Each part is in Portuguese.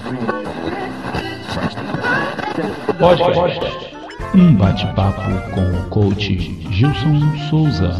Podcast. Um bate-papo com o coach Gilson Souza.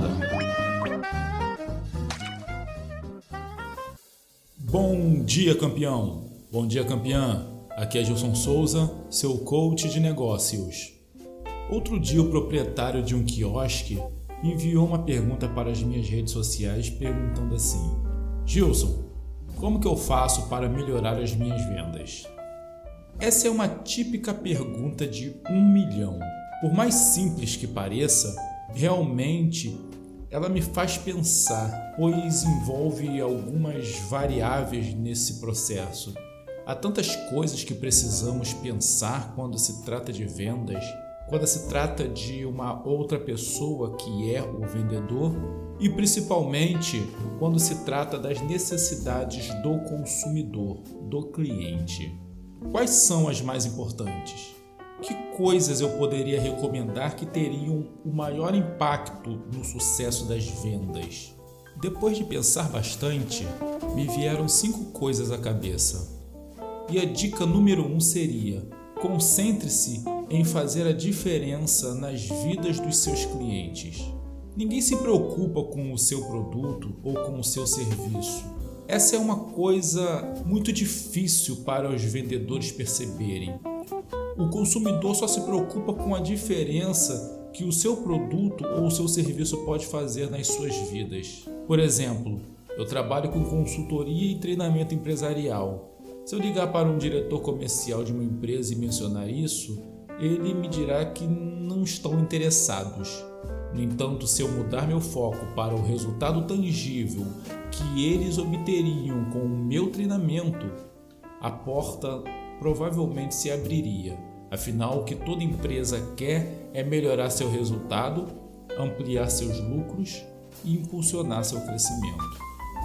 Bom dia, campeão! Bom dia, campeã! Aqui é Gilson Souza, seu coach de negócios. Outro dia, o proprietário de um quiosque enviou uma pergunta para as minhas redes sociais perguntando assim: Gilson, como que eu faço para melhorar as minhas vendas? Essa é uma típica pergunta de 1 milhão. Por mais simples que pareça, realmente ela me faz pensar, pois envolve algumas variáveis nesse processo. Há tantas coisas que precisamos pensar quando se trata de vendas, quando se trata de uma outra pessoa que é o vendedor e principalmente quando se trata das necessidades do consumidor, do cliente. Quais são as mais importantes? Que coisas eu poderia recomendar que teriam o maior impacto no sucesso das vendas? Depois de pensar bastante, me vieram 5 coisas à cabeça. E a dica número 1 seria: concentre-se em fazer a diferença nas vidas dos seus clientes. Ninguém se preocupa com o seu produto ou com o seu serviço. Essa é uma coisa muito difícil para os vendedores perceberem. O consumidor só se preocupa com a diferença que o seu produto ou o seu serviço pode fazer nas suas vidas. Por exemplo, eu trabalho com consultoria e treinamento empresarial. Se eu ligar para um diretor comercial de uma empresa e mencionar isso, ele me dirá que não estão interessados. No entanto, se eu mudar meu foco para o resultado tangível que eles obteriam com o meu treinamento, a porta provavelmente se abriria. Afinal, o que toda empresa quer é melhorar seu resultado, ampliar seus lucros e impulsionar seu crescimento.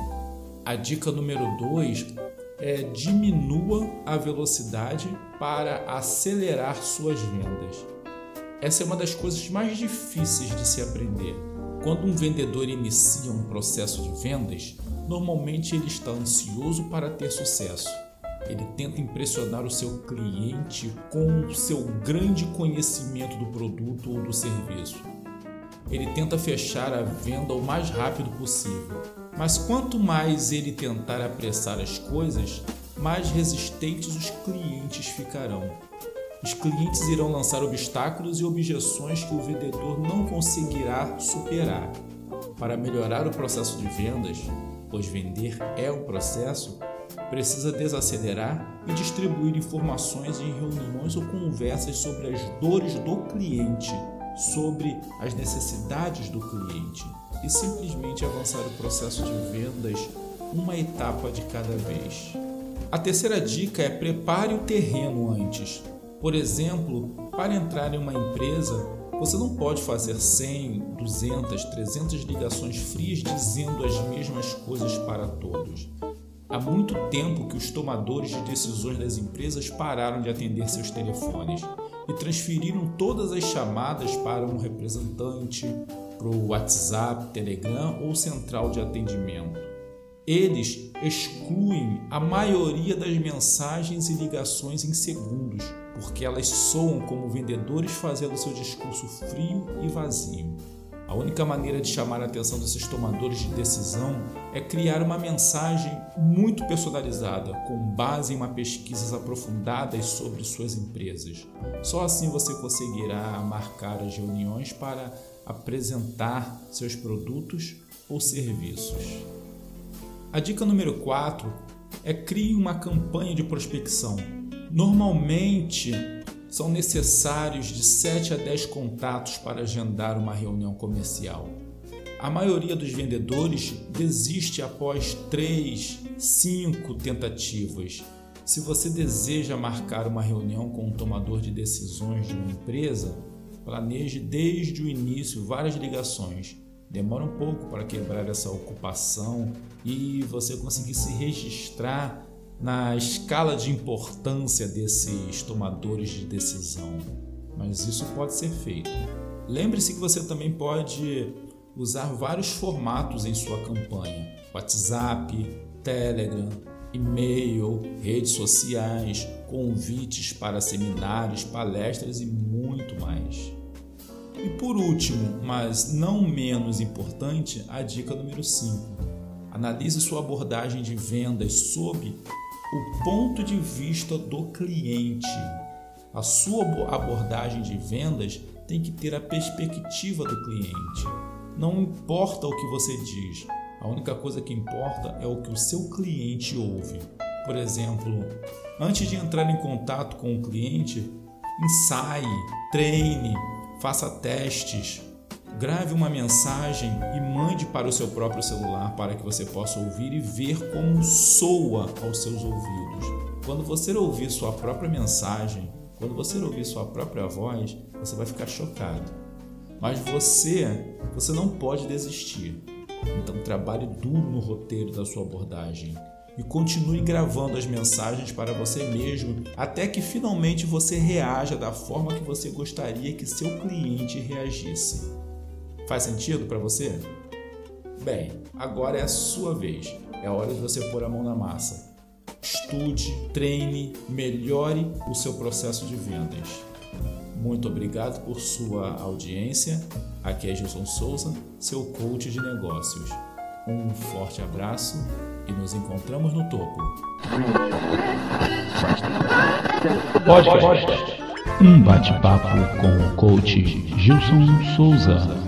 A dica número 2 é: diminua a velocidade para acelerar suas vendas. Essa é uma das coisas mais difíceis de se aprender. Quando um vendedor inicia um processo de vendas, normalmente ele está ansioso para ter sucesso. Ele tenta impressionar o seu cliente com o seu grande conhecimento do produto ou do serviço. Ele tenta fechar a venda o mais rápido possível. Mas quanto mais ele tentar apressar as coisas, mais resistentes os clientes ficarão. Os clientes irão lançar obstáculos e objeções que o vendedor não conseguirá superar. Para melhorar o processo de vendas, pois vender é um processo, precisa desacelerar e distribuir informações em reuniões ou conversas sobre as dores do cliente, sobre as necessidades do cliente e simplesmente avançar o processo de vendas uma etapa de cada vez. A terceira dica é: prepare o terreno antes. Por exemplo, para entrar em uma empresa, você não pode fazer 100, 200, 300 ligações frias dizendo as mesmas coisas para todos. Há muito tempo que os tomadores de decisões das empresas pararam de atender seus telefones e transferiram todas as chamadas para um representante, para o WhatsApp, Telegram ou central de atendimento. Eles excluem a maioria das mensagens e ligações em segundos, porque elas soam como vendedores fazendo seu discurso frio e vazio. A única maneira de chamar a atenção desses tomadores de decisão é criar uma mensagem muito personalizada, com base em pesquisas aprofundadas sobre suas empresas. Só assim você conseguirá marcar as reuniões para apresentar seus produtos ou serviços. A dica número 4 é: crie uma campanha de prospecção. Normalmente, são necessários de 7 a 10 contatos para agendar uma reunião comercial. A maioria dos vendedores desiste após 3, 5 tentativas. Se você deseja marcar uma reunião com um tomador de decisões de uma empresa, planeje desde o início várias ligações. Demora um pouco para quebrar essa ocupação e você conseguir se registrar na escala de importância desses tomadores de decisão. Mas isso pode ser feito. Lembre-se que você também pode usar vários formatos em sua campanha: WhatsApp, Telegram, e-mail, redes sociais, convites para seminários, palestras e muito mais. E por último, mas não menos importante, a dica número 5. Analise sua abordagem de vendas sob o ponto de vista do cliente. A sua abordagem de vendas tem que ter a perspectiva do cliente. Não importa o que você diz, a única coisa que importa é o que o seu cliente ouve. Por exemplo, antes de entrar em contato com o cliente, ensaie, treine, faça testes, grave uma mensagem e mande para o seu próprio celular para que você possa ouvir e ver como soa aos seus ouvidos. Quando você ouvir sua própria mensagem, quando você ouvir sua própria voz, você vai ficar chocado. Mas você não pode desistir. Então trabalhe duro no roteiro da sua abordagem e continue gravando as mensagens para você mesmo até que finalmente você reaja da forma que você gostaria que seu cliente reagisse. Faz sentido para você? Bem, agora é a sua vez. É hora de você pôr a mão na massa. Estude, treine, melhore o seu processo de vendas. Muito obrigado por sua audiência. Aqui é Gilson Souza, seu coach de negócios. Um forte abraço e nos encontramos no topo. Um bate-papo com o coach Gilson Souza.